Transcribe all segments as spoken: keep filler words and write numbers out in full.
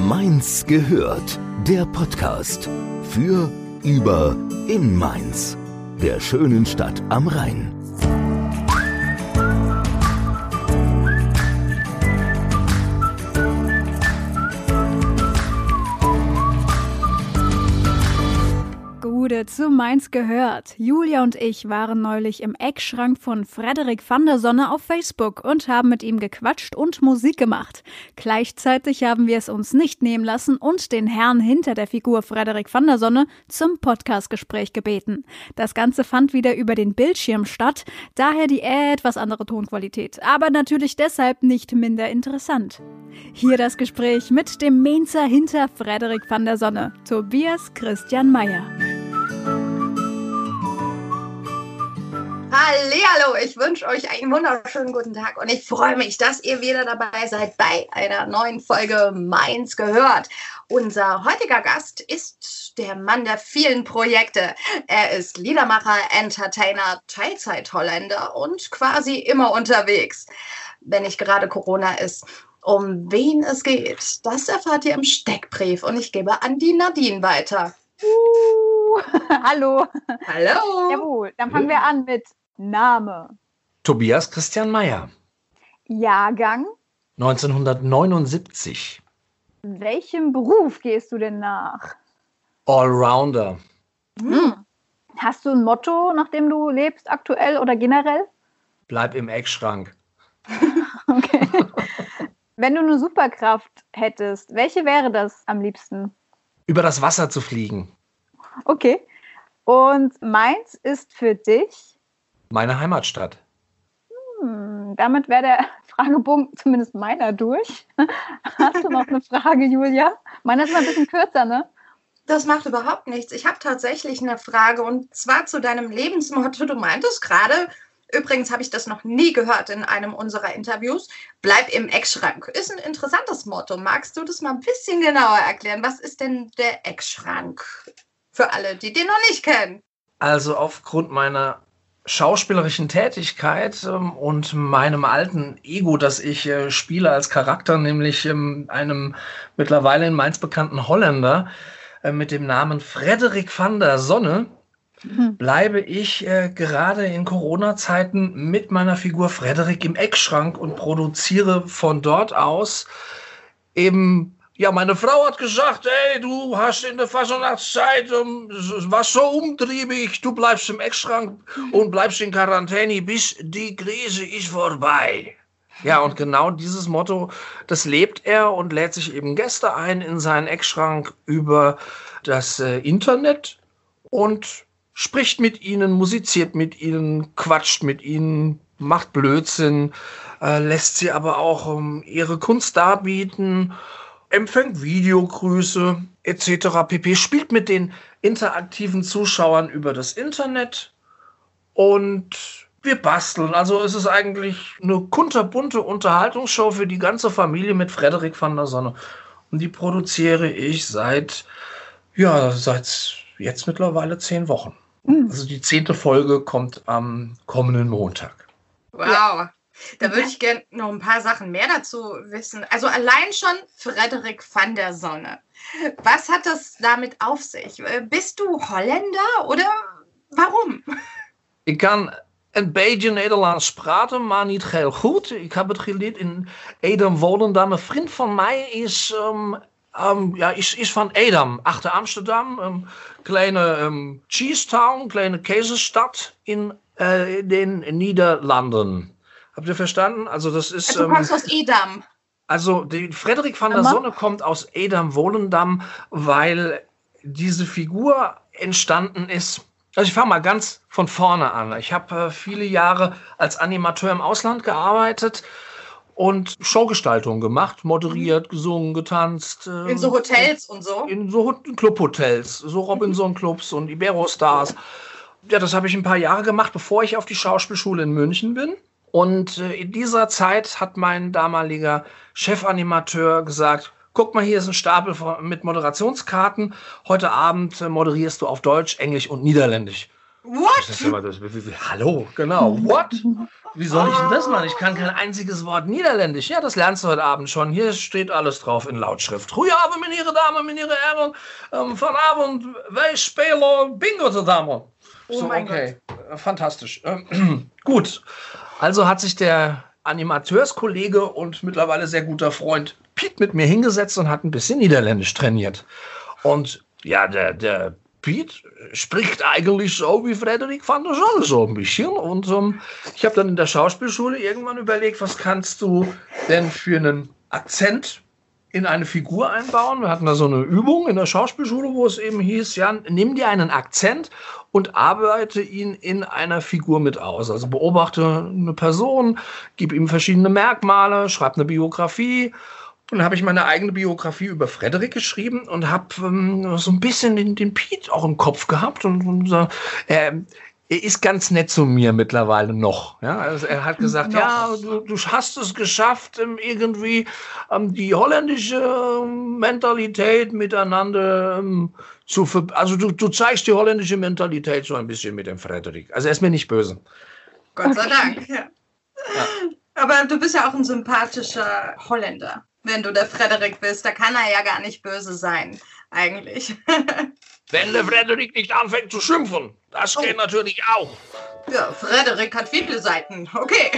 Mainz gehört, der Podcast für, über, in Mainz, der schönen Stadt am Rhein. Gude zu Mainz gehört. Julia und ich waren neulich im Eckschrank von Frederik van der Sonne auf Facebook und haben mit ihm gequatscht und Musik gemacht. Gleichzeitig haben wir es uns nicht nehmen lassen und den Herrn hinter der Figur Frederik van der Sonne zum Podcastgespräch gebeten. Das Ganze fand wieder über den Bildschirm statt, daher die etwas andere Tonqualität, aber natürlich deshalb nicht minder interessant. Hier das Gespräch mit dem Mainzer hinter Frederik van der Sonne, Tobias Christian Meyer. Hallihallo, ich wünsche euch einen wunderschönen guten Tag und ich freue mich, dass ihr wieder dabei seid bei einer neuen Folge Mainz gehört. Unser heutiger Gast ist der Mann der vielen Projekte. Er ist Liedermacher, Entertainer, Teilzeit-Holländer und quasi immer unterwegs, wenn nicht gerade Corona ist. Um wen es geht, das erfahrt ihr im Steckbrief und ich gebe an die Nadine weiter. Uh, hallo. Hallo. Jawohl, dann fangen wir an mit Name. Tobias Christian Meyer. Jahrgang. neunzehnhundertneunundsiebzig. Welchem Beruf gehst du denn nach? Allrounder. Hm. Hast du ein Motto, nach dem du lebst, aktuell oder generell? Bleib im Eckschrank. Okay. Wenn du eine Superkraft hättest, welche wäre das am liebsten? Über das Wasser zu fliegen. Okay. Und Mainz ist für dich? Meine Heimatstadt. Hm, damit wäre der Fragebogen zumindest meiner durch. Hast du noch eine Frage, Julia? Meiner ist mal ein bisschen kürzer, ne? Das macht überhaupt nichts. Ich habe tatsächlich eine Frage und zwar zu deinem Lebensmotto. Du meintest gerade, übrigens habe ich das noch nie gehört in einem unserer Interviews, bleib im Eckschrank. Ist ein interessantes Motto. Magst du das mal ein bisschen genauer erklären? Was ist denn der Eckschrank für alle, die den noch nicht kennen? Also aufgrund meiner schauspielerischen Tätigkeit ähm, und meinem alten Ego, das ich äh, spiele als Charakter, nämlich ähm, einem mittlerweile in Mainz bekannten Holländer äh, mit dem Namen Frederik van der Sonne, mhm. bleibe ich äh, gerade in Corona-Zeiten mit meiner Figur Frederik im Eckschrank und produziere von dort aus eben. Ja, meine Frau hat gesagt, ey, du hast in der Fasnachtszeit, um, was so umtriebig, du bleibst im Eckschrank und bleibst in Quarantäne, bis die Krise ist vorbei. Ja, und genau dieses Motto, das lebt er und lädt sich eben Gäste ein in seinen Eckschrank über das äh, Internet und spricht mit ihnen, musiziert mit ihnen, quatscht mit ihnen, macht Blödsinn, äh, lässt sie aber auch um, ihre Kunst darbieten, empfängt Videogrüße et cetera pp. Spielt mit den interaktiven Zuschauern über das Internet und wir basteln. Also es ist eigentlich eine kunterbunte Unterhaltungsshow für die ganze Familie mit Frederik van der Sonne. Und die produziere ich seit, ja, seit jetzt mittlerweile zehn Wochen. Mhm. Also die zehnte Folge kommt am kommenden Montag. Wow. Ja. Da würde ich gerne noch ein paar Sachen mehr dazu wissen. Also allein schon Frederik van der Sonne. Was hat das damit auf sich? Bist du Holländer oder warum? Ik kan een beetje Nederlands praten, maar niet heel goed. Ik heb het geleerd in Edam-Volendam. Een vriend van mij is, um, um, ja, is, is van Edam, achter Amsterdam. Een kleine um, cheese town, kleine Käsestadt in uh, den Niederlanden. Habt ihr verstanden? Also das ist. Du kommst ähm, aus Edam. Also die Frederik van der Sonne kommt aus Edam-Volendam, weil diese Figur entstanden ist. Also ich fange mal ganz von vorne an. Ich habe äh, viele Jahre als Animateur im Ausland gearbeitet und Showgestaltung gemacht, moderiert, gesungen, getanzt. Äh, in so Hotels und so? In so Clubhotels, so Robinson-Clubs und Ibero-Stars. Ja, das habe ich ein paar Jahre gemacht, bevor ich auf die Schauspielschule in München bin. Und in dieser Zeit hat mein damaliger Chefanimateur gesagt, guck mal, hier ist ein Stapel mit Moderationskarten. Heute Abend moderierst du auf Deutsch, Englisch und Niederländisch. What? Das ist immer das, wie, wie, hallo, genau, what? Wie soll ich denn das machen? Ich kann kein einziges Wort Niederländisch. Ja, das lernst du heute Abend schon. Hier steht alles drauf in Lautschrift. Goedenavond, meneer Damen, meneer Herren. Ähm, vanavond, wij spelen Bingo zusammen. Oh so, mein okay, Gott. Fantastisch. Ähm, gut, also hat sich der Animateurskollege und mittlerweile sehr guter Freund Piet mit mir hingesetzt und hat ein bisschen Niederländisch trainiert. Und ja, der, der Piet spricht eigentlich so wie Frederik van der Zonne so ein bisschen. Und um, ich habe dann in der Schauspielschule irgendwann überlegt, was kannst du denn für einen Akzent in eine Figur einbauen. Wir hatten da so eine Übung in der Schauspielschule, wo es eben hieß, ja, nimm dir einen Akzent und arbeite ihn in einer Figur mit aus. Also beobachte eine Person, gib ihm verschiedene Merkmale, schreib eine Biografie. Und dann habe ich meine eigene Biografie über Frederik geschrieben und habe ähm, so ein bisschen den, den Piet auch im Kopf gehabt. Und, und äh, er, er ist ganz nett zu mir mittlerweile noch. Ja? Also er hat gesagt, Noch. ja, du, du hast es geschafft, ähm, irgendwie ähm, die holländische ähm, Mentalität miteinander ähm, zu ver... Also du, du zeigst die holländische Mentalität so ein bisschen mit dem Frederik. Also er ist mir nicht böse. Gott sei Dank. Ja. Ja. Aber du bist ja auch ein sympathischer Holländer. Wenn du der Frederik bist, da kann er ja gar nicht böse sein, eigentlich. Wenn der Frederik nicht anfängt zu schimpfen, das geht Oh. natürlich auch. Ja, Frederik hat viele Seiten. Okay.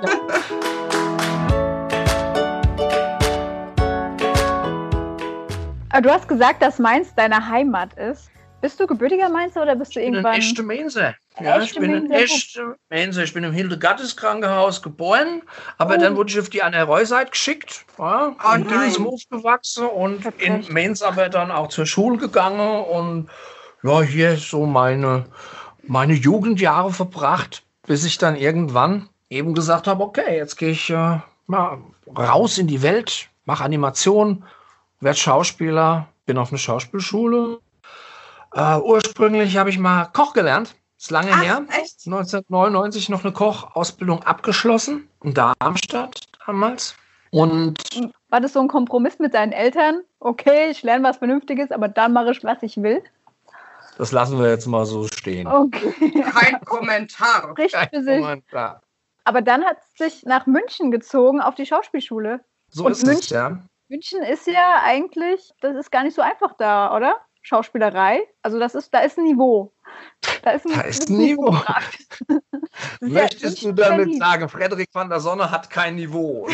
Aber du hast gesagt, dass Mainz deine Heimat ist. Bist du gebürtiger Mainzer oder bist du Ich bin irgendwann... ein echter Mainzer. Ja, ich Echte bin ein Mainzer. echter Mainzer. Ich bin im Hildegardes-Krankenhaus geboren, aber Oh. dann wurde ich auf die Anne-Roy-Seite geschickt. Ja, Oh in Dingsum nein. aufgewachsen und in Verbrechen. Mainz aber dann auch zur Schule gegangen und ja, hier so meine, meine Jugendjahre verbracht, bis ich dann irgendwann eben gesagt habe, okay, jetzt gehe ich äh, mal raus in die Welt, mache Animation, werde Schauspieler, bin auf eine Schauspielschule. Äh, ursprünglich habe ich mal Koch gelernt, ist lange Ach, her. echt? neunzehnhundertneunundneunzig noch eine Kochausbildung abgeschlossen, in Darmstadt damals. Und War das so ein Kompromiss mit deinen Eltern? Okay, ich lerne was Vernünftiges, aber dann mache ich, was ich will. das lassen wir jetzt mal so stehen. Okay. Kein Kommentar. Spricht Kein für sich. Kommentar. Aber dann hat es dich nach München gezogen, auf die Schauspielschule. So Und ist es, München- ja. München ist ja eigentlich, das ist gar nicht so einfach da, oder? Schauspielerei. Also das ist, da ist ein Niveau. Da ist ein, Da ist gewisses ein Niveau. gefragt. Das ist ja Möchtest du München, damit Berlin. sagen, Frederik van der Sonne hat kein Niveau?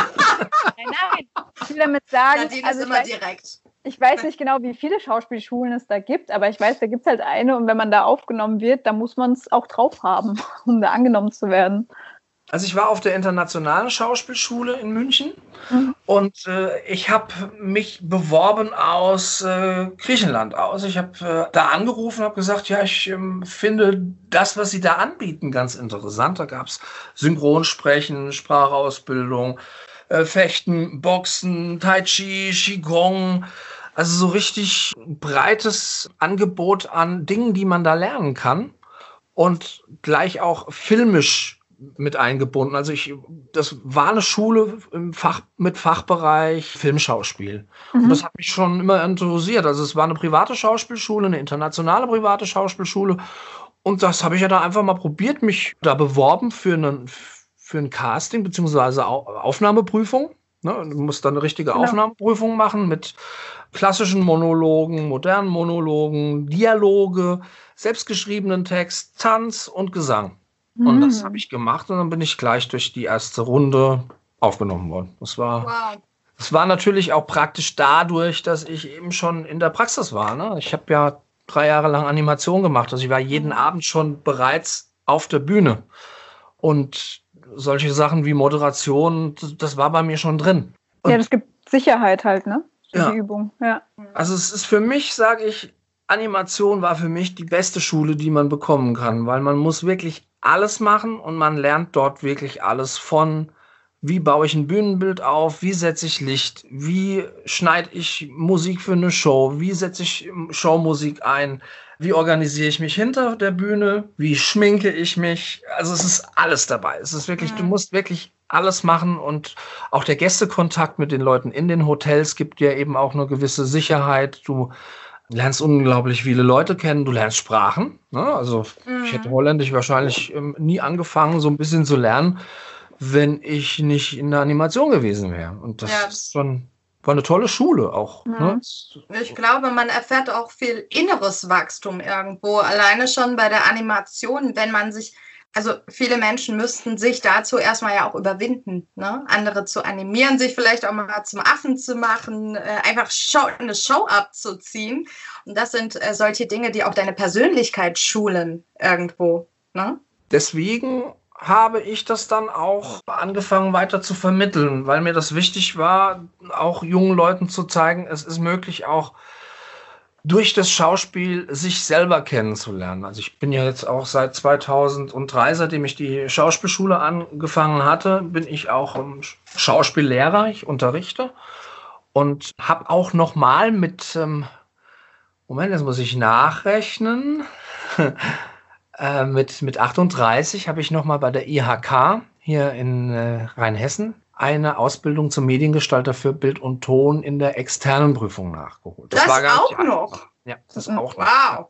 Nein, nein. Ich will damit sagen, Nadine also ist ich immer weiß, direkt. ich weiß nicht genau, wie viele Schauspielschulen es da gibt, aber ich weiß, da gibt es halt eine und wenn man da aufgenommen wird, dann muss man es auch drauf haben, um da angenommen zu werden. Also ich war auf der Internationalen Schauspielschule in München Mhm. und äh, ich habe mich beworben aus äh, Griechenland aus. Ich habe äh, da angerufen und habe gesagt, ja, ich ähm, finde das, was sie da anbieten, ganz interessant. Da gab es Synchronsprechen, Sprachausbildung, äh, Fechten, Boxen, Tai Chi, Qigong. Also so richtig breites Angebot an Dingen, die man da lernen kann. Und gleich auch filmisch mit eingebunden. Also ich, das war eine Schule im Fach, mit Fachbereich Filmschauspiel. Mhm. Und das hat mich schon immer interessiert. Also es war eine private Schauspielschule, eine internationale private Schauspielschule. Und das habe ich ja da einfach mal probiert, mich da beworben für einen, für ein Casting beziehungsweise Au- Aufnahmeprüfung. Ne? Du musst dann eine richtige Genau. Aufnahmeprüfung machen mit klassischen Monologen, modernen Monologen, Dialoge, selbstgeschriebenen Text, Tanz und Gesang. Und das habe ich gemacht und dann bin ich gleich durch die erste Runde aufgenommen worden. Das war, Wow. das war natürlich auch praktisch dadurch, dass ich eben schon in der Praxis war. Ne? Ich habe ja drei Jahre lang Animation gemacht. Also ich war jeden Abend schon bereits auf der Bühne. Und solche Sachen wie Moderation, das, das war bei mir schon drin. Ja, das gibt Sicherheit halt, ne? Für Ja. die Übung. Ja. Also es ist für mich, sage ich, Animation war für mich die beste Schule, die man bekommen kann, weil man muss wirklich alles machen und man lernt dort wirklich alles von, wie baue ich ein Bühnenbild auf, wie setze ich Licht, wie schneide ich Musik für eine Show, wie setze ich Showmusik ein, wie organisiere ich mich hinter der Bühne, wie schminke ich mich, also es ist alles dabei. Es ist wirklich, du musst wirklich alles machen und auch der Gästekontakt mit den Leuten in den Hotels gibt dir eben auch eine gewisse Sicherheit. Du lernst unglaublich viele Leute kennen, du lernst Sprachen. Ne? Also Mhm. ich hätte Holländisch wahrscheinlich ähm, nie angefangen, so ein bisschen zu lernen, wenn ich nicht in der Animation gewesen wäre. Und das Ja. ist schon, war eine tolle Schule auch. Mhm. Ne? Ich glaube, man erfährt auch viel inneres Wachstum irgendwo. Alleine schon bei der Animation, wenn man sich, also viele Menschen müssten sich dazu erstmal ja auch überwinden, ne? Andere zu animieren, sich vielleicht auch mal zum Affen zu machen, äh, einfach Show, eine Show abzuziehen. Und das sind äh, solche Dinge, die auch deine Persönlichkeit schulen irgendwo. Ne? Deswegen habe ich das dann auch angefangen weiter zu vermitteln, weil mir das wichtig war, auch jungen Leuten zu zeigen, es ist möglich, auch durch das Schauspiel sich selber kennenzulernen. Also ich bin ja jetzt auch seit zweitausenddrei, seitdem ich die Schauspielschule angefangen hatte, bin ich auch ähm, Schauspiellehrer, ich unterrichte und habe auch noch mal mit, ähm, Moment, jetzt muss ich nachrechnen, äh, mit, mit achtunddreißig habe ich noch mal bei der I H K hier in äh, Rheinhessen eine Ausbildung zum Mediengestalter für Bild und Ton in der externen Prüfung nachgeholt. Das war gar auch nicht noch? einfach. Ja, das auch noch. Wow.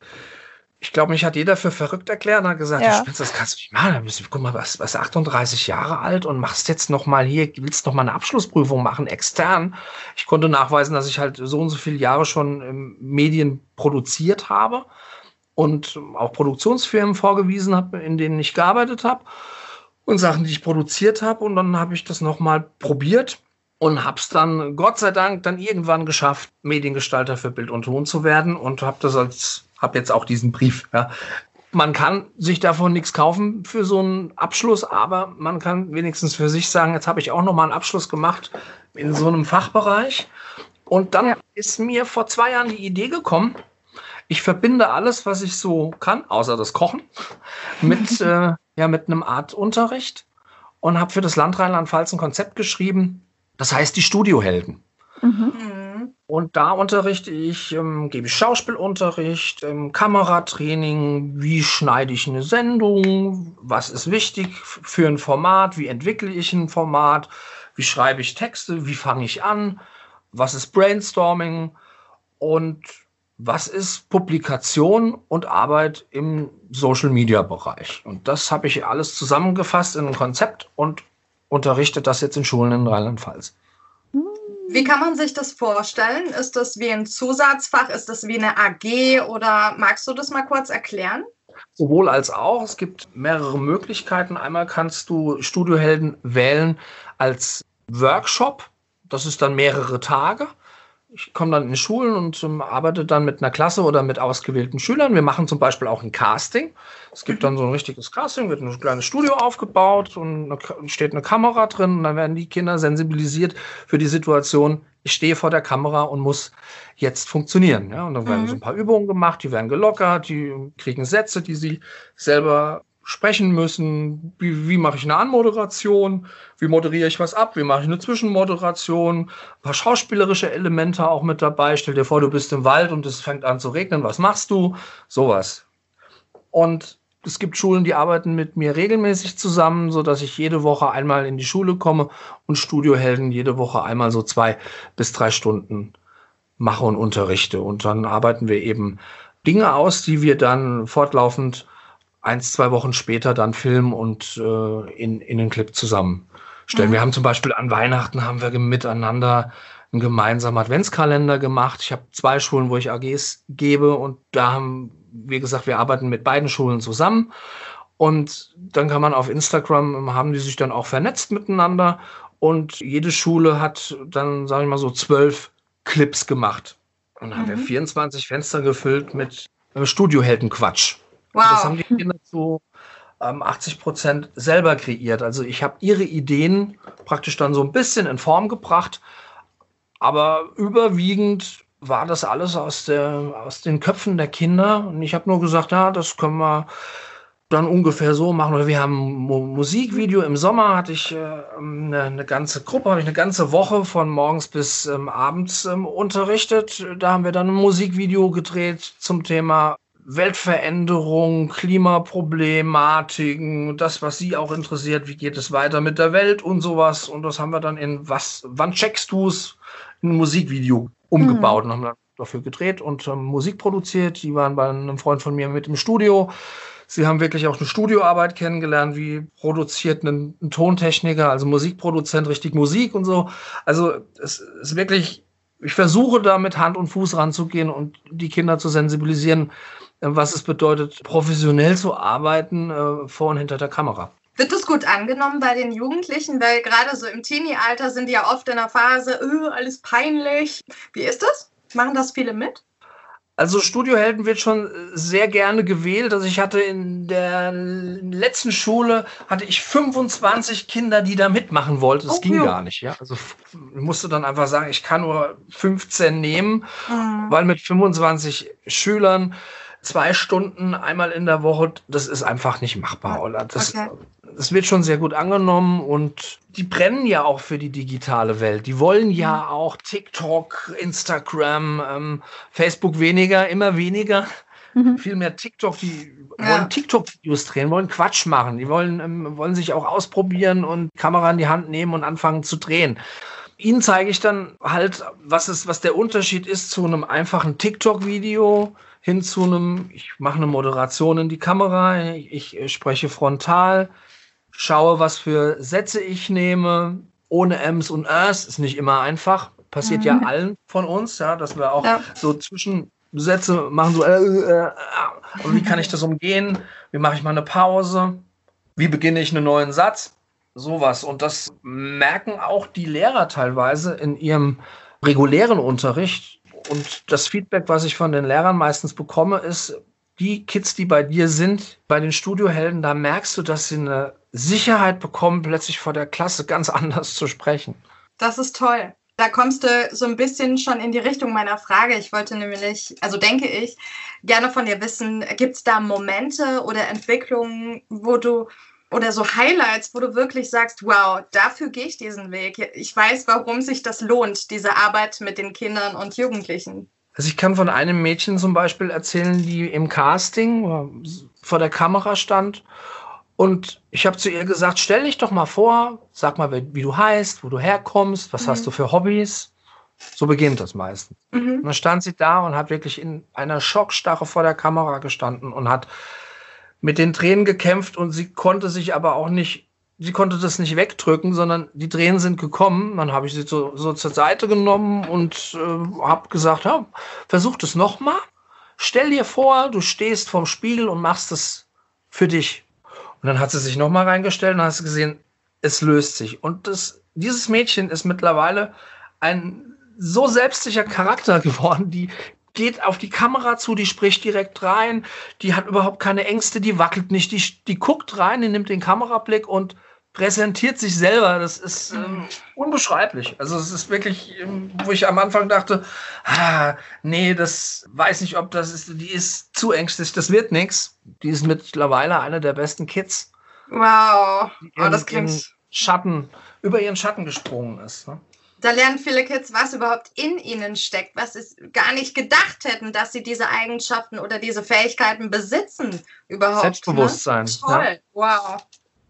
Ich glaube, mich hat jeder für verrückt erklärt und hat gesagt, Ja. du spinnst, das kannst du nicht machen. Dann bist du, guck mal, was, was achtunddreißig Jahre alt und machst jetzt noch mal hier, willst noch mal eine Abschlussprüfung machen, extern. Ich konnte nachweisen, dass ich halt so und so viele Jahre schon ähm, Medien produziert habe und auch Produktionsfirmen vorgewiesen habe, in denen ich gearbeitet habe und Sachen, die ich produziert habe. Und dann habe ich das noch mal probiert und habe es dann, Gott sei Dank, dann irgendwann geschafft, Mediengestalter für Bild und Ton zu werden und habe das als, habe jetzt auch diesen Brief. Ja. Man kann sich davon nichts kaufen für so einen Abschluss, aber man kann wenigstens für sich sagen, jetzt habe ich auch noch mal einen Abschluss gemacht in so einem Fachbereich. Und dann Ja. ist mir vor zwei Jahren die Idee gekommen, ich verbinde alles, was ich so kann, außer das Kochen, mit, äh, ja, mit einem Art Unterricht und habe für das Land Rheinland-Pfalz ein Konzept geschrieben, das heißt die Studiohelden. Mhm. Mhm. Und da unterrichte ich, ähm, gebe ich Schauspielunterricht, ähm, Kameratraining, wie schneide ich eine Sendung, was ist wichtig f- für ein Format, wie entwickle ich ein Format, wie schreibe ich Texte, wie fange ich an, was ist Brainstorming und was ist Publikation und Arbeit im Social-Media-Bereich. Und das habe ich alles zusammengefasst in ein Konzept und unterrichte das jetzt in Schulen in Rheinland-Pfalz. Wie kann man sich das vorstellen? Ist das wie ein Zusatzfach? Ist das wie eine A G? Oder magst du das mal kurz erklären? Sowohl als auch. Es gibt mehrere Möglichkeiten. Einmal kannst du Studiohelden wählen als Workshop. Das ist dann mehrere Tage. Ich komme dann in Schulen und ähm, arbeite dann mit einer Klasse oder mit ausgewählten Schülern. Wir machen zum Beispiel auch ein Casting. Es gibt dann so ein richtiges Casting, wird ein kleines Studio aufgebaut und eine, Ka- steht eine Kamera drin und dann werden die Kinder sensibilisiert für die Situation, ich stehe vor der Kamera und muss jetzt funktionieren. Ja? Und dann werden Mhm. so ein paar Übungen gemacht, die werden gelockert, die kriegen Sätze, die sie selber sprechen müssen. Wie, wie mache ich eine Anmoderation? Wie moderiere ich was ab? Wie mache ich eine Zwischenmoderation? Ein paar schauspielerische Elemente auch mit dabei. Stell dir vor, du bist im Wald und es fängt an zu regnen. Was machst du? Sowas. Und es gibt Schulen, die arbeiten mit mir regelmäßig zusammen, sodass ich jede Woche einmal in die Schule komme und Studiohelden jede Woche einmal so zwei bis drei Stunden mache und unterrichte. Und dann arbeiten wir eben Dinge aus, die wir dann fortlaufend eins, zwei Wochen später dann filmen und äh, in, in den Clip zusammenstellen. Mhm. Wir haben zum Beispiel an Weihnachten haben wir miteinander einen gemeinsamen Adventskalender gemacht. Ich habe zwei Schulen, wo ich A Gs gebe und da haben, wie gesagt, wir arbeiten mit beiden Schulen zusammen und dann kann man auf Instagram, haben die sich dann auch vernetzt miteinander und jede Schule hat dann, sage ich mal so, zwölf Clips gemacht. Und dann haben wir Mhm. vierundzwanzig Fenster gefüllt mit äh, Studioheldenquatsch. Und Wow. das haben die Kinder zu ähm, achtzig Prozent selber kreiert. Also ich habe ihre Ideen praktisch dann so ein bisschen in Form gebracht, aber überwiegend war das alles aus, der, aus den Köpfen der Kinder. Und ich habe nur gesagt, ja, das können wir dann ungefähr so machen. Oder wir haben ein Mu- Musikvideo. Im Sommer hatte ich äh, eine, eine ganze Gruppe, habe ich eine ganze Woche von morgens bis ähm, abends ähm, unterrichtet. Da haben wir dann ein Musikvideo gedreht zum Thema Weltveränderung, Klimaproblematiken, das, was Sie auch interessiert, wie geht es weiter mit der Welt und sowas. Und das haben wir dann in was, wann checkst du es, in ein Musikvideo umgebaut und haben dann dafür gedreht und ähm, Musik produziert. Die waren bei einem Freund von mir mit im Studio. Sie haben wirklich auch eine Studioarbeit kennengelernt, wie produziert ein, ein Tontechniker, also Musikproduzent, richtig Musik und so. Also es ist wirklich, ich versuche da mit Hand und Fuß ranzugehen und die Kinder zu sensibilisieren, was es bedeutet, professionell zu arbeiten, äh, vor und hinter der Kamera. Wird das gut angenommen bei den Jugendlichen? Weil gerade so im Teenie-Alter sind die ja oft in der Phase, öh, alles peinlich. Wie ist das? Machen das viele mit? Also Studiohelden wird schon sehr gerne gewählt. Also ich hatte in der letzten Schule hatte ich fünfundzwanzig Kinder, die da mitmachen wollten. Das oh, ging jo. gar nicht. Ja, also ich musste dann einfach sagen, ich kann nur fünfzehn nehmen, mhm. weil mit fünfundzwanzig Schülern zwei Stunden einmal in der Woche, das ist einfach nicht machbar. Oder das, okay. das wird schon sehr gut angenommen und die brennen ja auch für die digitale Welt. Die wollen ja mhm. auch TikTok, Instagram, ähm, Facebook weniger, immer weniger. Mhm. Viel mehr TikTok, die ja. wollen TikTok-Videos drehen, wollen Quatsch machen. Die wollen, ähm, wollen sich auch ausprobieren und Kamera in die Hand nehmen und anfangen zu drehen. Ihnen zeige ich dann halt, was, ist, was der Unterschied ist zu einem einfachen TikTok-Video hin zu einem, ich mache eine Moderation in die Kamera, ich, ich spreche frontal, schaue, was für Sätze ich nehme, ohne Ms und Rs, ist nicht immer einfach, passiert mhm. ja allen von uns, ja, dass wir auch ja. so Zwischensätze machen, so, äh, äh, und wie kann ich das umgehen, wie mache ich mal eine Pause, wie beginne ich einen neuen Satz, sowas. Und das merken auch die Lehrer teilweise in ihrem regulären Unterricht. Und das Feedback, was ich von den Lehrern meistens bekomme, ist, die Kids, die bei dir sind, bei den Studiohelden, da merkst du, dass sie eine Sicherheit bekommen, plötzlich vor der Klasse ganz anders zu sprechen. Das ist toll. Da kommst du so ein bisschen schon in die Richtung meiner Frage. Ich wollte nämlich, also denke ich, gerne von dir wissen, gibt es da Momente oder Entwicklungen, wo du oder so Highlights, wo du wirklich sagst, wow, dafür gehe ich diesen Weg. Ich weiß, warum sich das lohnt, diese Arbeit mit den Kindern und Jugendlichen. Also ich kann von einem Mädchen zum Beispiel erzählen, die im Casting vor der Kamera stand und ich habe zu ihr gesagt, stell dich doch mal vor, sag mal, wie du heißt, wo du herkommst, was mhm. hast du für Hobbys. So beginnt das meistens. Mhm. Und dann stand sie da und hat wirklich in einer Schockstarre vor der Kamera gestanden und hat mit den Tränen gekämpft und sie konnte sich aber auch nicht, sie konnte das nicht wegdrücken, sondern die Tränen sind gekommen. Dann habe ich sie so, so zur Seite genommen und äh, habe gesagt, ja, versuch das nochmal. Stell dir vor, du stehst vorm Spiegel und machst es für dich. Und dann hat sie sich nochmal reingestellt und hast gesehen, es löst sich. Und das, dieses Mädchen ist mittlerweile ein so selbstsicher Charakter geworden, die geht auf die Kamera zu, die spricht direkt rein, die hat überhaupt keine Ängste, die wackelt nicht, die, die guckt rein, die nimmt den Kamerablick und präsentiert sich selber. Das ist ähm, unbeschreiblich. Also es ist wirklich, ähm, wo ich am Anfang dachte, ah, nee, das weiß nicht, ob das ist, die ist zu ängstlich, das wird nichts. Die ist mittlerweile eine der besten Kids. Wow, oh, das klingt Schatten, über ihren Schatten gesprungen ist. Ne? Da lernen viele Kids, was überhaupt in ihnen steckt, was sie gar nicht gedacht hätten, dass sie diese Eigenschaften oder diese Fähigkeiten besitzen überhaupt. Selbstbewusstsein. Ne? Toll, ja. Wow.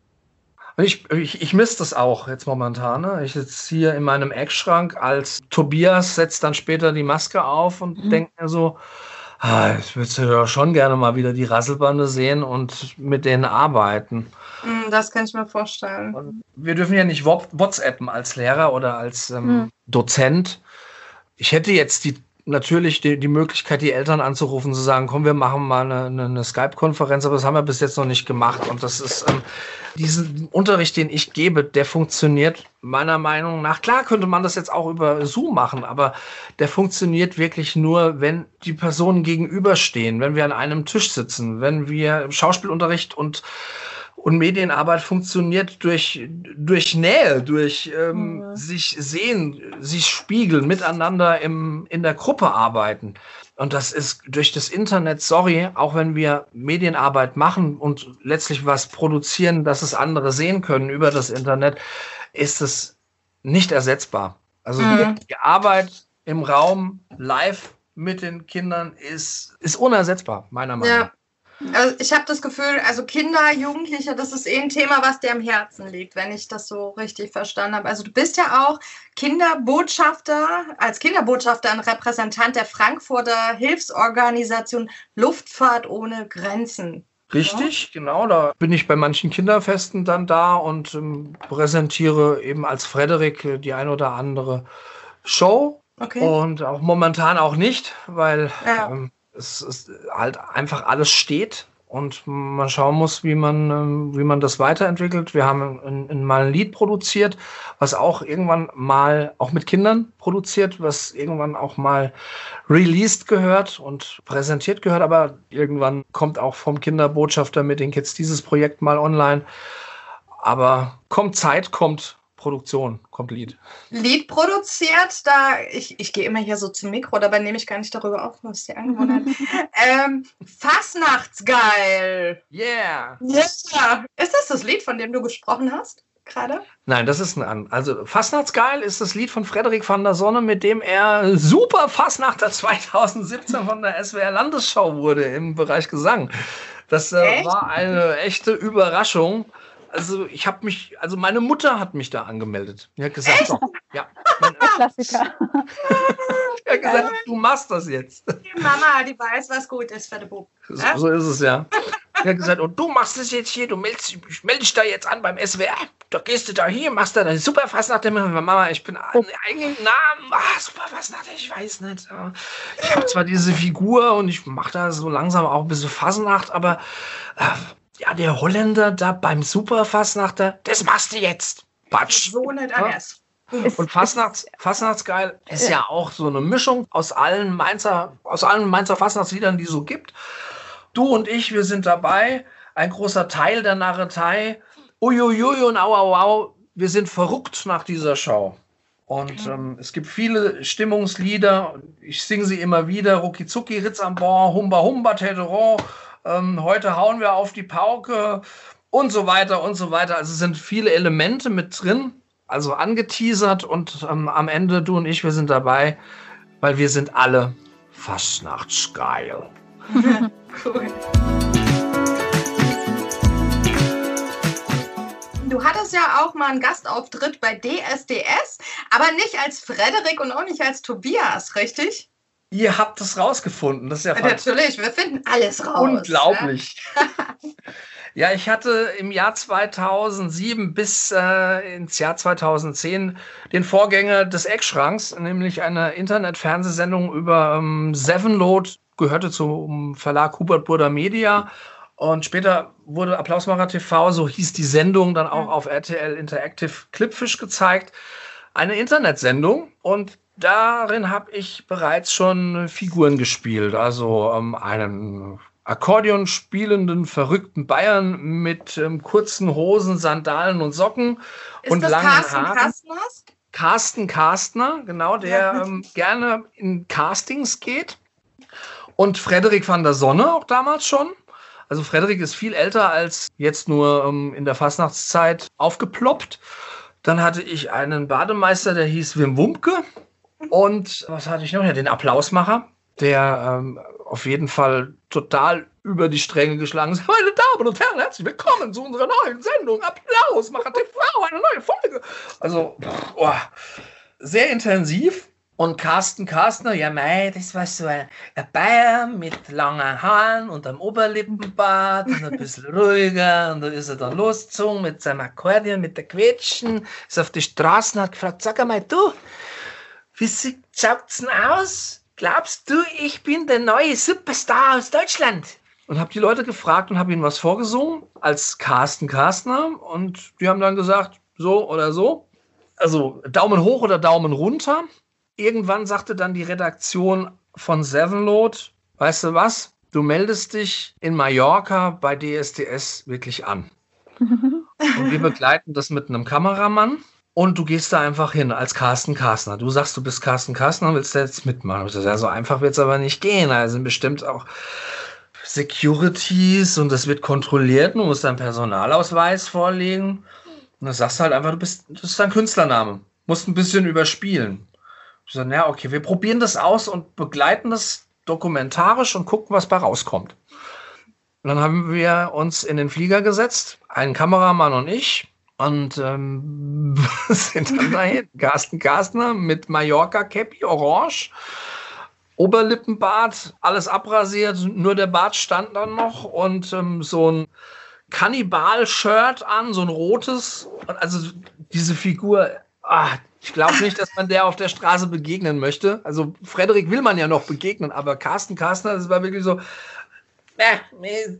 Und ich, ich, ich misse das auch jetzt momentan. Ne? Ich sitze hier in meinem Eckschrank als Tobias, setzt dann später die Maske auf und mhm. denke mir so, ah, ich würde ja schon gerne mal wieder die Rasselbande sehen und mit denen arbeiten. Das kann ich mir vorstellen. Und wir dürfen ja nicht WhatsAppen als Lehrer oder als ähm, hm. Dozent. Ich hätte jetzt die, natürlich die, die Möglichkeit, die Eltern anzurufen, zu sagen, komm, wir machen mal eine, eine, eine Skype-Konferenz, aber das haben wir bis jetzt noch nicht gemacht. Und das ist, ähm, diesen Unterricht, den ich gebe, der funktioniert meiner Meinung nach. Klar könnte man das jetzt auch über Zoom machen, aber der funktioniert wirklich nur, wenn die Personen gegenüberstehen, wenn wir an einem Tisch sitzen, wenn wir Schauspielunterricht und Und Medienarbeit funktioniert durch, durch Nähe, durch ähm, mhm. sich sehen, sich spiegeln, miteinander im, in der Gruppe arbeiten. Und das ist durch das Internet, sorry, auch wenn wir Medienarbeit machen und letztlich was produzieren, dass es andere sehen können über das Internet, ist es nicht ersetzbar. Also mhm. die, die Arbeit im Raum live mit den Kindern ist, ist unersetzbar, meiner Meinung nach. Ja. Also ich habe das Gefühl, also Kinder, Jugendliche, das ist eh ein Thema, was dir am Herzen liegt, wenn ich das so richtig verstanden habe. Also du bist ja auch Kinderbotschafter, als Kinderbotschafter ein Repräsentant der Frankfurter Hilfsorganisation Luftfahrt ohne Grenzen. Richtig, ja? Genau. Da bin ich bei manchen Kinderfesten dann da und ähm, präsentiere eben als Frederik äh, die ein oder andere Show. Okay. Und auch momentan auch nicht, weil ja. ähm, es ist halt einfach alles steht und man schauen muss, wie man, wie man das weiterentwickelt. Wir haben ein, ein, mal ein Lied produziert, was auch irgendwann mal auch mit Kindern produziert, was irgendwann auch mal released gehört und präsentiert gehört, aber irgendwann kommt auch vom Kinderbotschafter mit den Kids dieses Projekt mal online. Aber kommt Zeit, kommt Produktion, kommt Lied. Lied produziert, da ich, ich gehe immer hier so zum Mikro, dabei nehme ich gar nicht darüber auf, was die angewohnt hat. ähm, Fasnachtsgeil. Yeah. Yeah. Ist das das Lied, von dem du gesprochen hast gerade? Nein, das ist ein an. Also Fasnachtsgeil ist das Lied von Frederik van der Sonne, mit dem er Super Fasnachter zweitausendsiebzehn von der S W R Landesschau wurde im Bereich Gesang. Das äh, war eine echte Überraschung. Also ich habe mich, also meine Mutter hat mich da angemeldet. Die hat gesagt, so, ja, mein, Klassiker. Die hat gesagt, du machst das jetzt. Die Mama, die weiß, was gut ist für den Bub. So, so ist es, ja. Die hat gesagt, und du machst das jetzt hier, du meldest, ich melde dich da jetzt an beim S W R. Da gehst du da hier, machst da deine Superfastnacht. Mama, ich bin oh. eigenen Namen. Ah, Superfastnacht, ich weiß nicht. Ich habe zwar diese Figur und ich mache da so langsam auch ein bisschen Fasnacht, aber äh, ja, der Holländer da beim Superfastnachter, das machst du jetzt. Patsch. So nicht anders. Und Fastnachts, Fastnachtsgeil ist ja auch so eine Mischung aus allen Mainzer, aus allen Mainzer Fastnachtsliedern, die es so gibt. Du und ich, wir sind dabei. Ein großer Teil der Narretei. Uiuiui und au, au, au. Wir sind verrückt nach dieser Show. Und ähm, es gibt viele Stimmungslieder. Ich singe sie immer wieder. Rucki Zucki, Ritz am Bon, Humba Humba, Teteron. Ähm, heute hauen wir auf die Pauke und so weiter und so weiter. Also es sind viele Elemente mit drin, also angeteasert und ähm, am Ende, du und ich, wir sind dabei, weil wir sind alle Fastnachtsgeil. Cool. Du hattest ja auch mal einen Gastauftritt bei D S D S, aber nicht als Frederik und auch nicht als Tobias, richtig? Ihr habt es rausgefunden. Das ist ja, ja natürlich, wir finden alles raus. Unglaublich. Ne? Ja, ich hatte im Jahr zweitausendsieben bis äh, ins Jahr zweitausendzehn den Vorgänger des Eckschranks, nämlich eine Internet-Fernsehsendung über ähm, Sevenload, gehörte zum Verlag Hubert Burda Media. Und später wurde Applausmacher T V, so hieß die Sendung, dann auch mhm. auf R T L Interactive Clipfish gezeigt. Eine Internetsendung und darin habe ich bereits schon Figuren gespielt, also ähm, einen Akkordeon spielenden, verrückten Bayern mit ähm, kurzen Hosen, Sandalen und Socken Ist und das langen Carsten Haaren. Kastner? Carsten Kastner, genau, der Ja. ähm, gerne in Castings geht. Und Frederik van der Sonne auch damals schon. Also Frederik ist viel älter als jetzt nur ähm, in der Fastnachtszeit aufgeploppt. Dann hatte ich einen Bademeister, der hieß Wim Wumpke. Und was hatte ich noch? Ja, den Applausmacher, der ähm, auf jeden Fall total über die Stränge geschlagen ist. Meine Damen und Herren, herzlich willkommen zu unserer neuen Sendung. Applausmacher T V, eine neue Folge. Also, oh, sehr intensiv. Und Carsten Kastner, ja mei, das war so ein, ein Bayer mit langen Haaren und einem Oberlippenbart und ein bisschen ruhiger. Und da ist er dann losgezogen mit seinem Akkordeon, mit der Quetschen, ist auf die Straßen und hat gefragt, sag einmal du, wie schaut's denn aus? Glaubst du, ich bin der neue Superstar aus Deutschland? Und habe die Leute gefragt und habe ihnen was vorgesungen als Carsten Kastner. Und die haben dann gesagt, so oder so. Also Daumen hoch oder Daumen runter. Irgendwann sagte dann die Redaktion von Sevenload, weißt du was? Du meldest dich in Mallorca bei D S D S wirklich an. Und wir begleiten das mit einem Kameramann. Und du gehst da einfach hin als Carsten Kastner. Du sagst, du bist Carsten Kastner und willst da jetzt mitmachen. Ich sag, ja, so einfach wird es aber nicht gehen. Da sind bestimmt auch Securities und das wird kontrolliert. Du musst deinen Personalausweis vorlegen. Und dann sagst du halt einfach, du bist, das ist dein Künstlername. Musst ein bisschen überspielen. Ich sag, ja, okay, wir probieren das aus und begleiten das dokumentarisch und gucken, was bei rauskommt. Und dann haben wir uns in den Flieger gesetzt, ein Kameramann und ich, und ähm, sind dann dahin. Carsten Kastner mit Mallorca-Cappy, orange, Oberlippenbart, alles abrasiert, nur der Bart stand dann noch und ähm, so ein Kannibal-Shirt an, so ein rotes. Also diese Figur, ah, ich glaube nicht, dass man der auf der Straße begegnen möchte. Also Frederik will man ja noch begegnen, aber Carsten Kastner, das war wirklich so äh,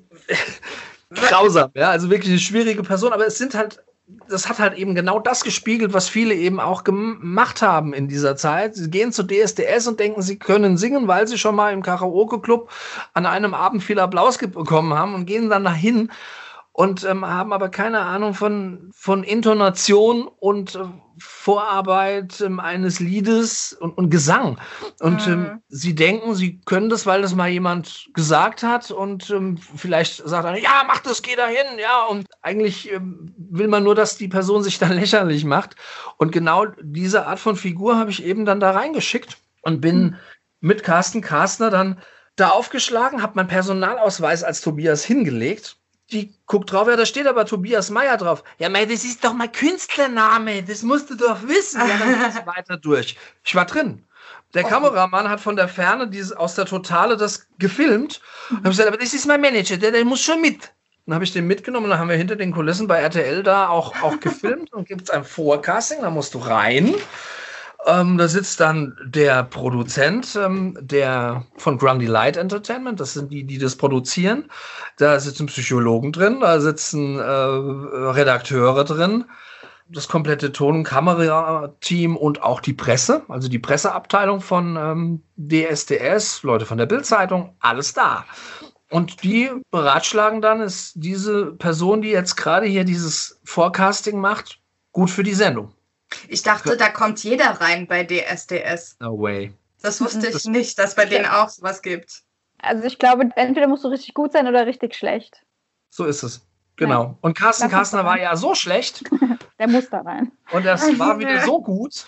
grausam, ja, also wirklich eine schwierige Person, aber es sind halt, das hat halt eben genau das gespiegelt, was viele eben auch gemacht haben in dieser Zeit. Sie gehen zu D S D S und denken, sie können singen, weil sie schon mal im Karaoke-Club an einem Abend viel Applaus bekommen haben und gehen dann dahin und ähm, haben aber keine Ahnung von, von Intonation und äh, Vorarbeit ähm, eines Liedes und, und Gesang. Und ähm, mhm. sie denken, sie können das, weil das mal jemand gesagt hat und ähm, vielleicht sagt er, ja, mach das, geh dahin, ja. Und eigentlich ähm, will man nur, dass die Person sich dann lächerlich macht. Und genau diese Art von Figur habe ich eben dann da reingeschickt und bin mhm. mit Carsten Kastner dann da aufgeschlagen, habe meinen Personalausweis als Tobias hingelegt. Die guckt drauf, ja, da steht aber Tobias Meyer drauf. Ja, mei, das ist doch mein Künstlername, das musst du doch wissen. Ja, dann geht's weiter durch. Ich war drin. Der okay. Kameramann hat von der Ferne dieses, aus der Totale das gefilmt. Mhm. Und habe gesagt, aber das ist mein Manager, der, der muss schon mit. Dann habe ich den mitgenommen und dann haben wir hinter den Kulissen bei R T L da auch, auch gefilmt. Und gibt es ein Vorcasting, da musst du rein. Ähm, da sitzt dann der Produzent ähm, der von Grundy Light Entertainment, das sind die, die das produzieren. Da sitzen Psychologen drin, da sitzen äh, Redakteure drin, das komplette Ton- und Kamerateam und auch die Presse, also die Presseabteilung von ähm, D S D S, Leute von der Bild-Zeitung, alles da. Und die beratschlagen dann, ist diese Person, die jetzt gerade hier dieses Forecasting macht, gut für die Sendung. Ich dachte, da kommt jeder rein bei D S D S. No way. Das wusste ich das nicht, dass bei denen auch sowas gibt. Also ich glaube, entweder musst du richtig gut sein oder richtig schlecht. So ist es. Genau. Ja. Und Carsten Kastner war ja so schlecht. Der muss da rein. Und das war wieder so gut.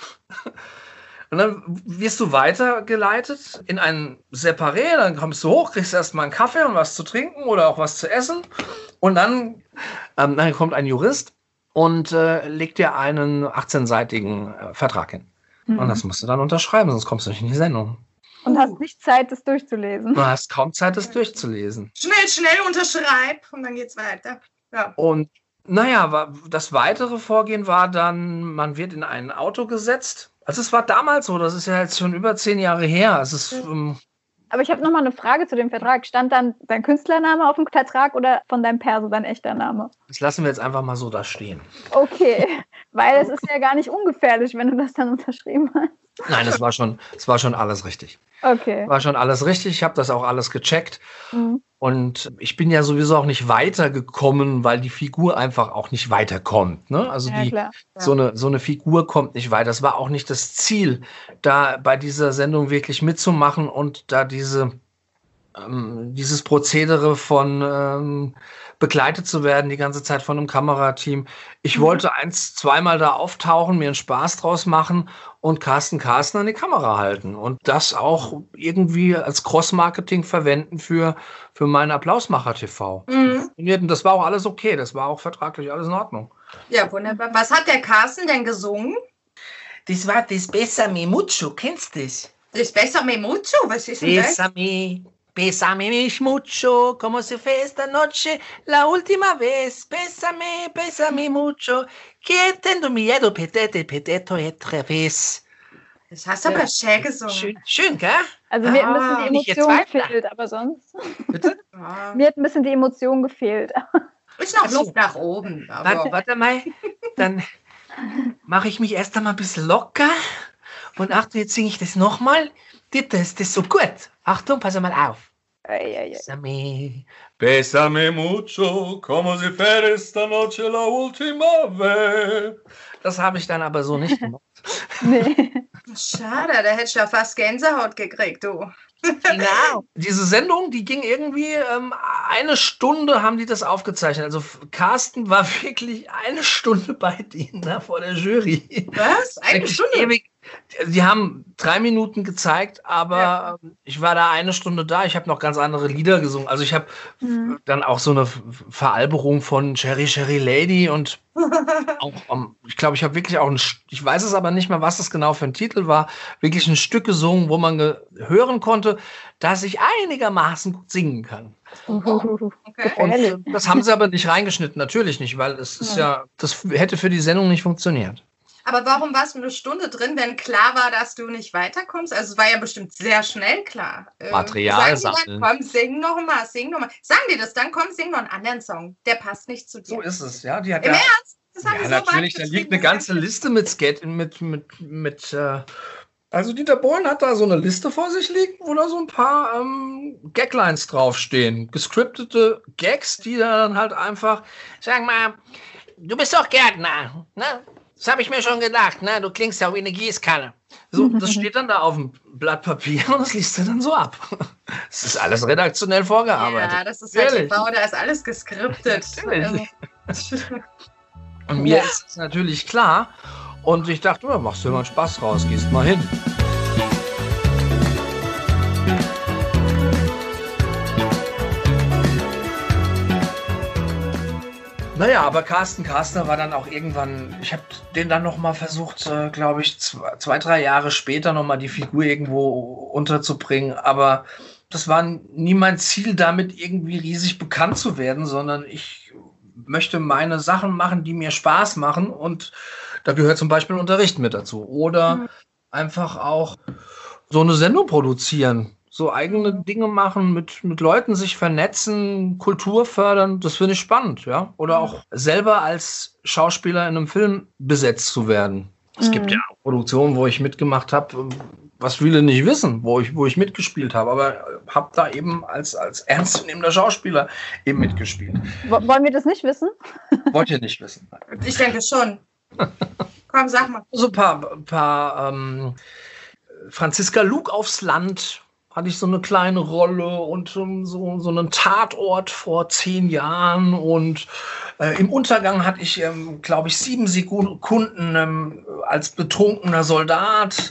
Und dann wirst du weitergeleitet in ein Separé, dann kommst du hoch, kriegst erstmal einen Kaffee und was zu trinken oder auch was zu essen. Und dann, ähm, dann kommt ein Jurist und äh, legt dir einen achtzehnseitigen äh, Vertrag hin. Mhm. Und das musst du dann unterschreiben, sonst kommst du nicht in die Sendung. Und hast nicht Zeit, das durchzulesen. Du hast kaum Zeit, das durchzulesen. Schnell, schnell unterschreib und dann geht's weiter. Ja. Und naja, das weitere Vorgehen war dann, man wird in ein Auto gesetzt. Also es war damals so, das ist ja jetzt schon über zehn Jahre her. Es ist, ähm, Aber ich habe nochmal eine Frage zu dem Vertrag. Stand dann dein Künstlername auf dem Vertrag oder von deinem Perso dein echter Name? Das lassen wir jetzt einfach mal so da stehen. Okay, weil es ist ja gar nicht ungefährlich, wenn du das dann unterschrieben hast. Nein, es war schon, es war schon alles richtig. Okay. War schon alles richtig, ich habe das auch alles gecheckt. Mhm. Und ich bin ja sowieso auch nicht weitergekommen, weil die Figur einfach auch nicht weiterkommt. Ne? Also ja, die, klar. so, eine, so eine Figur kommt nicht weiter. Das war auch nicht das Ziel, da bei dieser Sendung wirklich mitzumachen und da diese, ähm, dieses Prozedere von ähm, begleitet zu werden, die ganze Zeit von einem Kamerateam. Ich mhm. wollte eins, zweimal da auftauchen, mir einen Spaß draus machen und Carsten Kastner an die Kamera halten und das auch irgendwie als Cross-Marketing verwenden für, für meinen Applausmacher-T V. Mhm. Und das war auch alles okay, das war auch vertraglich alles in Ordnung. Ja, wunderbar. Was hat der Carsten denn gesungen? Das war das Bésame Mucho, kennst du das? Das Bésame Mucho? Was ist denn das? Bésame, Bésame mucho, como si fue esta noche la última vez. Bésame, bésame mucho, que tengo miedo, petete, peteto otra vez. Das hast du aber schön gesungen. Schön, schön, gell? Also mir hat ein bisschen die Emotion gefehlt, aber sonst. Bitte? Ja. Mir hat ein bisschen die Emotion gefehlt. Ist noch Luft nach oben. Aber warte, warte mal, dann mache ich mich erst einmal ein bisschen locker. Und Achtung, jetzt singe ich das nochmal. Das ist das so gut. Achtung, pass mal auf. Bésame, bésame mucho, como si fuera esta noche la última vez. Das habe ich dann aber so nicht gemacht. Nee. Schade, da hättest du ja fast Gänsehaut gekriegt, du. Genau. Diese Sendung, die ging irgendwie ähm, eine Stunde, haben die das aufgezeichnet. Also Carsten war wirklich eine Stunde bei denen, ne, vor der Jury. Was? Eine wirklich Stunde? Ewig, Die haben drei Minuten gezeigt, aber ja. ich war da eine Stunde da. Ich habe noch ganz andere Lieder gesungen. Also ich habe mhm. dann auch so eine Veralberung von Cherry Cherry Lady und auch, um, ich glaube, ich habe wirklich auch ein, ich weiß es aber nicht mehr, was das genau für ein Titel war, wirklich ein Stück gesungen, wo man hören konnte, dass ich einigermaßen gut singen kann. Oh, okay. Und das haben sie aber nicht reingeschnitten, natürlich nicht, weil es ist ja, das hätte für die Sendung nicht funktioniert. Aber warum warst du eine Stunde drin, wenn klar war, dass du nicht weiterkommst? Also es war ja bestimmt sehr schnell klar. Material ähm, sagen die dann, komm, sing noch mal, sing noch mal. Sagen die das dann, komm, sing noch einen anderen Song. Der passt nicht zu dir. So ist es, ja. Die hat Im ja, Ernst? Das haben ja, die so natürlich, da liegt eine ganze Liste mit Skate, mit, mit, mit, äh, also Dieter Bohlen hat da so eine Liste vor sich liegen, wo da so ein paar ähm, Gaglines draufstehen. Gescriptete Gags, die dann halt einfach, sag mal, du bist doch Gärtner, ne? Das habe ich mir schon gedacht, ne? Du klingst ja wie eine Gießkanne. So, das steht dann da auf dem Blatt Papier und das liest er dann so ab. Das ist alles redaktionell vorgearbeitet. Ja, das ist halt T V, da ist alles geskriptet. Also. Und mir ja. ist es natürlich klar. Und ich dachte, oh, machst du mal einen Spaß raus, gehst mal hin. Naja, aber Carsten Kastner war dann auch irgendwann, ich habe den dann nochmal versucht, äh, glaube ich, zwei, zwei, drei Jahre später nochmal die Figur irgendwo unterzubringen, aber das war nie mein Ziel, damit irgendwie riesig bekannt zu werden, sondern ich möchte meine Sachen machen, die mir Spaß machen und da gehört zum Beispiel Unterricht mit dazu oder mhm. einfach auch so eine Sendung produzieren. So eigene Dinge machen, mit, mit Leuten sich vernetzen, Kultur fördern, das finde ich spannend, ja. Oder auch selber als Schauspieler in einem Film besetzt zu werden. Es mhm. gibt ja auch Produktionen, wo ich mitgemacht habe, was viele nicht wissen, wo ich, wo ich mitgespielt habe, aber habe da eben als, als ernstzunehmender Schauspieler eben mitgespielt. Wollen wir das nicht wissen? Wollt ihr nicht wissen? Ich denke schon. Komm, sag mal. So ein paar, paar ähm, Franziska Luke aufs Land hatte ich so eine kleine Rolle und um, so, so einen Tatort vor zehn Jahren und äh, im Untergang hatte ich, ähm, glaube ich, sieben Sekunden ähm, als betrunkener Soldat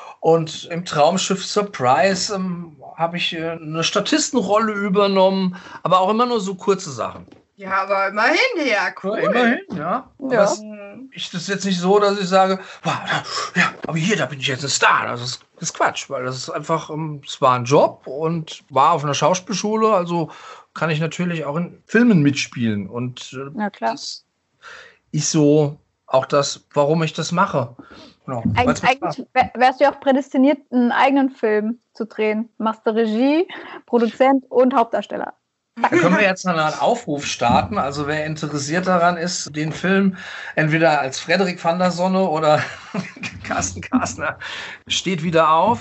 und im Traumschiff Surprise ähm, habe ich äh, eine Statistenrolle übernommen, aber auch immer nur so kurze Sachen. Ja, aber immerhin, ja, cool. Ja, immerhin, ja. ja. Das, ich, das ist jetzt nicht so, dass ich sage, wow, ja, aber hier, da bin ich jetzt ein Star. Das ist, das ist Quatsch, weil das ist einfach, es war ein Job und war auf einer Schauspielschule, also kann ich natürlich auch in Filmen mitspielen. Und ja, klar. Das ist so auch das, warum ich das mache. Genau. Eig eigentlich wärst du ja auch prädestiniert, einen eigenen Film zu drehen. Machst du Regie, Produzent und Hauptdarsteller. Da können wir jetzt mal einen Aufruf starten. Also wer interessiert daran ist, den Film entweder als Frederik van der Sonne oder Carsten Kastner steht wieder auf,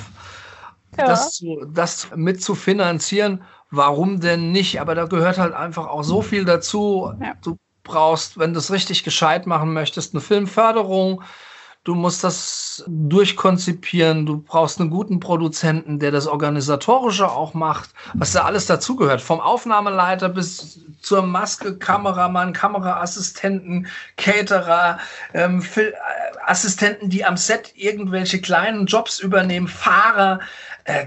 ja. das, zu, das mit zu finanzieren. Warum denn nicht? Aber da gehört halt einfach auch so viel dazu. Ja. Du brauchst, wenn du es richtig gescheit machen möchtest, eine Filmförderung. Du musst das durchkonzipieren, du brauchst einen guten Produzenten, der das Organisatorische auch macht, was da alles dazugehört. Vom Aufnahmeleiter bis zur Maske, Kameramann, Kameraassistenten, Caterer, ähm, Assistenten, die am Set irgendwelche kleinen Jobs übernehmen, Fahrer. Äh,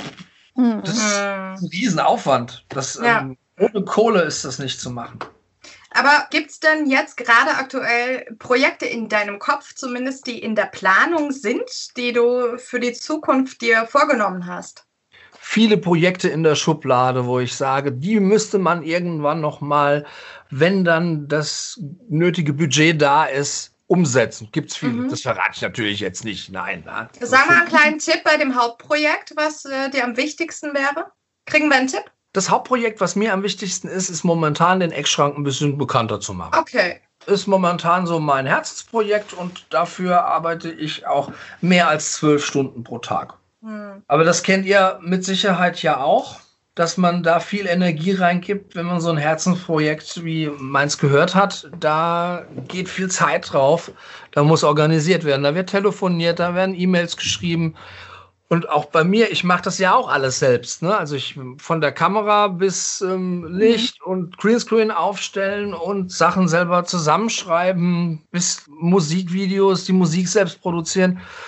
mhm. Das ist ein Riesenaufwand. Das, ja. ähm, ohne Kohle ist das nicht zu machen. Aber gibt es denn jetzt gerade aktuell Projekte in deinem Kopf, zumindest die in der Planung sind, die du für die Zukunft dir vorgenommen hast? Viele Projekte in der Schublade, wo ich sage, die müsste man irgendwann noch mal, wenn dann das nötige Budget da ist, umsetzen. Gibt es viele. Mhm. Das verrate ich natürlich jetzt nicht. Nein. nein. Sag mal einen kleinen Tipp bei dem Hauptprojekt, was äh, dir am wichtigsten wäre. Kriegen wir einen Tipp? Das Hauptprojekt, was mir am wichtigsten ist, ist momentan den Eckschrank ein bisschen bekannter zu machen. Okay. Ist momentan so mein Herzensprojekt und dafür arbeite ich auch mehr als zwölf Stunden pro Tag. Hm. Aber das kennt ihr mit Sicherheit ja auch, dass man da viel Energie reingibt, wenn man so ein Herzensprojekt wie meins gehört hat. Da geht viel Zeit drauf, da muss organisiert werden, da wird telefoniert, da werden E-Mails geschrieben. Und auch bei mir, ich mache das ja auch alles selbst. Ne? Also ich von der Kamera bis ähm, Licht mhm. und Greenscreen aufstellen und Sachen selber zusammenschreiben, bis Musikvideos, die Musik selbst produzieren.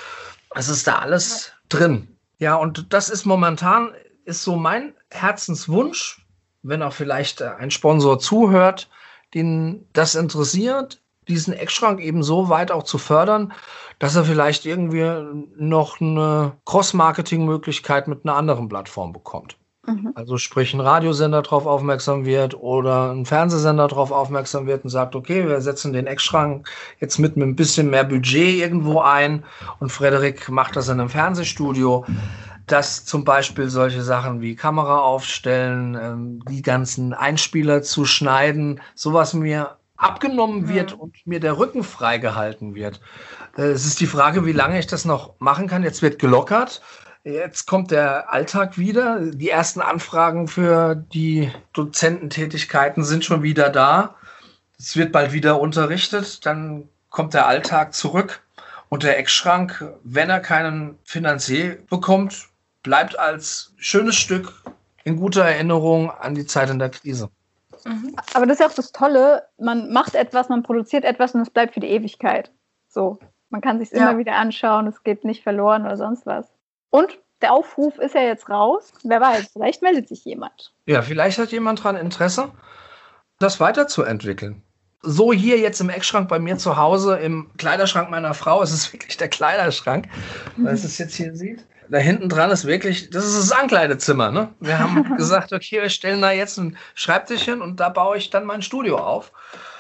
Es ist da alles drin. Ja, und das ist momentan, ist so mein Herzenswunsch, wenn auch vielleicht ein Sponsor zuhört, den das interessiert, diesen Eckschrank eben so weit auch zu fördern, dass er vielleicht irgendwie noch eine Cross-Marketing-Möglichkeit mit einer anderen Plattform bekommt. Mhm. Also sprich, ein Radiosender darauf aufmerksam wird oder ein Fernsehsender darauf aufmerksam wird und sagt, okay, wir setzen den Eckschrank jetzt mit ein bisschen mehr Budget irgendwo ein und Frederik macht das in einem Fernsehstudio. Dass zum Beispiel solche Sachen wie Kamera aufstellen, ähm, die ganzen Einspieler zu schneiden, sowas mir abgenommen wird mhm. und mir der Rücken freigehalten wird. Äh, es ist die Frage, wie lange ich das noch machen kann. Jetzt wird gelockert. Jetzt kommt der Alltag wieder. Die ersten Anfragen für die Dozententätigkeiten sind schon wieder da. Es wird bald wieder unterrichtet. Dann kommt der Alltag zurück. Und der Eckschrank, wenn er keinen Finanzier bekommt, bleibt als schönes Stück in guter Erinnerung an die Zeit in der Krise. Aber das ist ja auch das Tolle, man macht etwas, man produziert etwas und es bleibt für die Ewigkeit. So, man kann sich es ja. immer wieder anschauen, es geht nicht verloren oder sonst was. Und der Aufruf ist ja jetzt raus. Wer weiß, vielleicht meldet sich jemand. Ja, vielleicht hat jemand daran Interesse, das weiterzuentwickeln. So hier jetzt im Eckschrank bei mir zu Hause, im Kleiderschrank meiner Frau, es ist wirklich der Kleiderschrank, mhm. weil es es jetzt hier sieht. Da hinten dran ist wirklich, das ist das Ankleidezimmer. Ne? Wir haben gesagt, okay, wir stellen da jetzt ein Schreibtischchen und da baue ich dann mein Studio auf.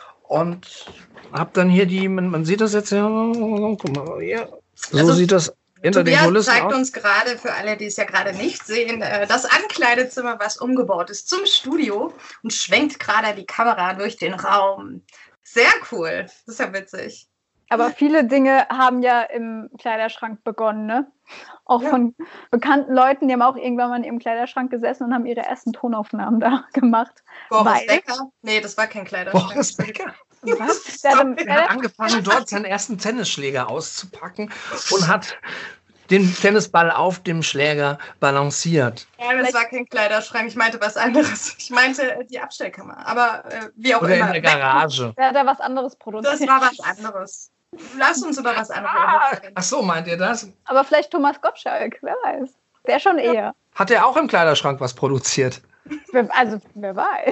Und habe dann hier die, man, man sieht das jetzt hier, guck mal, hier. So also, sieht das hinter den Kulissen zeigt aus. Uns gerade, für alle, die es ja gerade nicht sehen, das Ankleidezimmer, was umgebaut ist zum Studio und schwenkt gerade die Kamera durch den Raum. Sehr cool, das ist ja witzig. Aber viele Dinge haben ja im Kleiderschrank begonnen, ne? Auch ja. von bekannten Leuten, die haben auch irgendwann mal in ihrem Kleiderschrank gesessen und haben ihre ersten Tonaufnahmen da gemacht. Boris Becker? Nee, das war kein Kleiderschrank. Boris Becker? Was? Der hat, er hat angefangen, dort seinen ersten Tennisschläger auszupacken und hat den Tennisball auf dem Schläger balanciert. Ja, das war kein Kleiderschrank, ich meinte was anderes. Ich meinte die Abstellkammer, aber äh, wie auch Oder immer. in der Garage. Der hat da was anderes produziert. Das war was anderes. Lass uns über was anderes ah, reden. Ach so, meint ihr das? Aber vielleicht Thomas Gottschalk, wer weiß. Der schon eher. Hat er auch im Kleiderschrank was produziert? Also, wer weiß.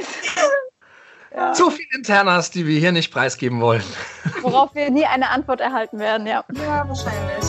Ja. Zu viel Internas, die wir hier nicht preisgeben wollen. Worauf wir nie eine Antwort erhalten werden, ja. Ja, wahrscheinlich.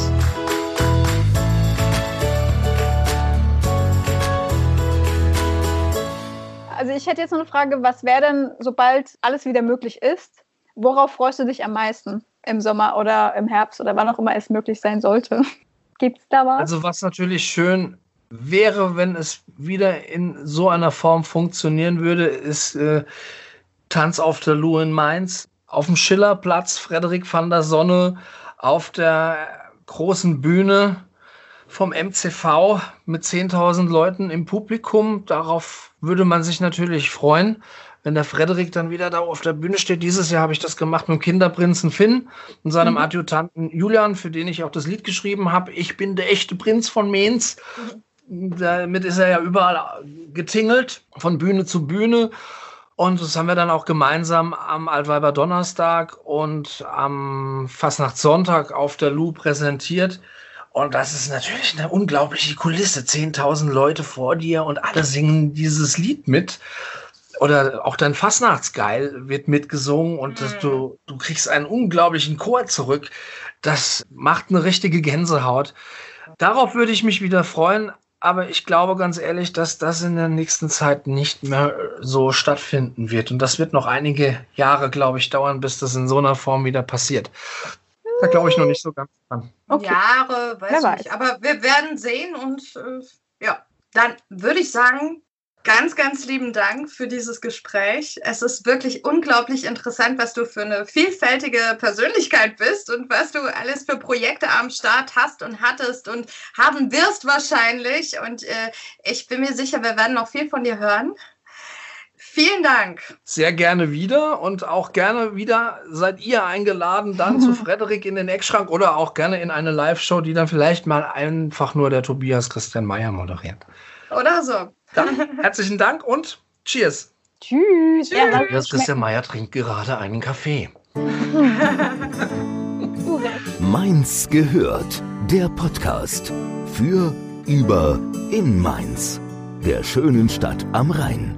Also ich hätte jetzt noch eine Frage, was wäre denn, sobald alles wieder möglich ist, worauf freust du dich am meisten im Sommer oder im Herbst oder wann auch immer es möglich sein sollte? Gibt es da was? Also was natürlich schön wäre, wenn es wieder in so einer Form funktionieren würde, ist äh, Tanz auf der Luh in Mainz, auf dem Schillerplatz, Frederik van der Sonne, auf der großen Bühne vom M C V mit zehntausend Leuten im Publikum. Darauf würde man sich natürlich freuen, wenn der Frederik dann wieder da auf der Bühne steht. Dieses Jahr habe ich das gemacht mit dem Kinderprinzen Finn und seinem mhm. Adjutanten Julian, für den ich auch das Lied geschrieben habe. Ich bin der echte Prinz von Mainz. Mhm. Damit ist er ja überall getingelt, von Bühne zu Bühne. Und das haben wir dann auch gemeinsam am Altweiber Donnerstag und am Fastnachtssonntag auf der Luh präsentiert. Und das ist natürlich eine unglaubliche Kulisse. zehntausend Leute vor dir und alle singen dieses Lied mit. Oder auch dein Fastnachtsgeil wird mitgesungen und das, du, du kriegst einen unglaublichen Chor zurück. Das macht eine richtige Gänsehaut. Darauf würde ich mich wieder freuen. Aber ich glaube ganz ehrlich, dass das in der nächsten Zeit nicht mehr so stattfinden wird. Und das wird noch einige Jahre, glaube ich, dauern, bis das in so einer Form wieder passiert. Da glaube ich noch nicht so ganz dran. Okay. Jahre, weiß ich nicht. Aber wir werden sehen. Und äh, ja, dann würde ich sagen, ganz, ganz lieben Dank für dieses Gespräch. Es ist wirklich unglaublich interessant, was du für eine vielfältige Persönlichkeit bist und was du alles für Projekte am Start hast und hattest und haben wirst wahrscheinlich. Und äh, ich bin mir sicher, wir werden noch viel von dir hören. Vielen Dank. Sehr gerne wieder und auch gerne wieder seid ihr eingeladen dann zu Frederik in den Eckschrank oder auch gerne in eine Live-Show, die dann vielleicht mal einfach nur der Tobias Christian Meyer moderiert. Oder so. Dann herzlichen Dank und Cheers. Tschüss. Ja, Tobias Christian Meyer trinkt gerade einen Kaffee. Mainz gehört. der Podcast für, über, in Mainz, der schönen Stadt am Rhein.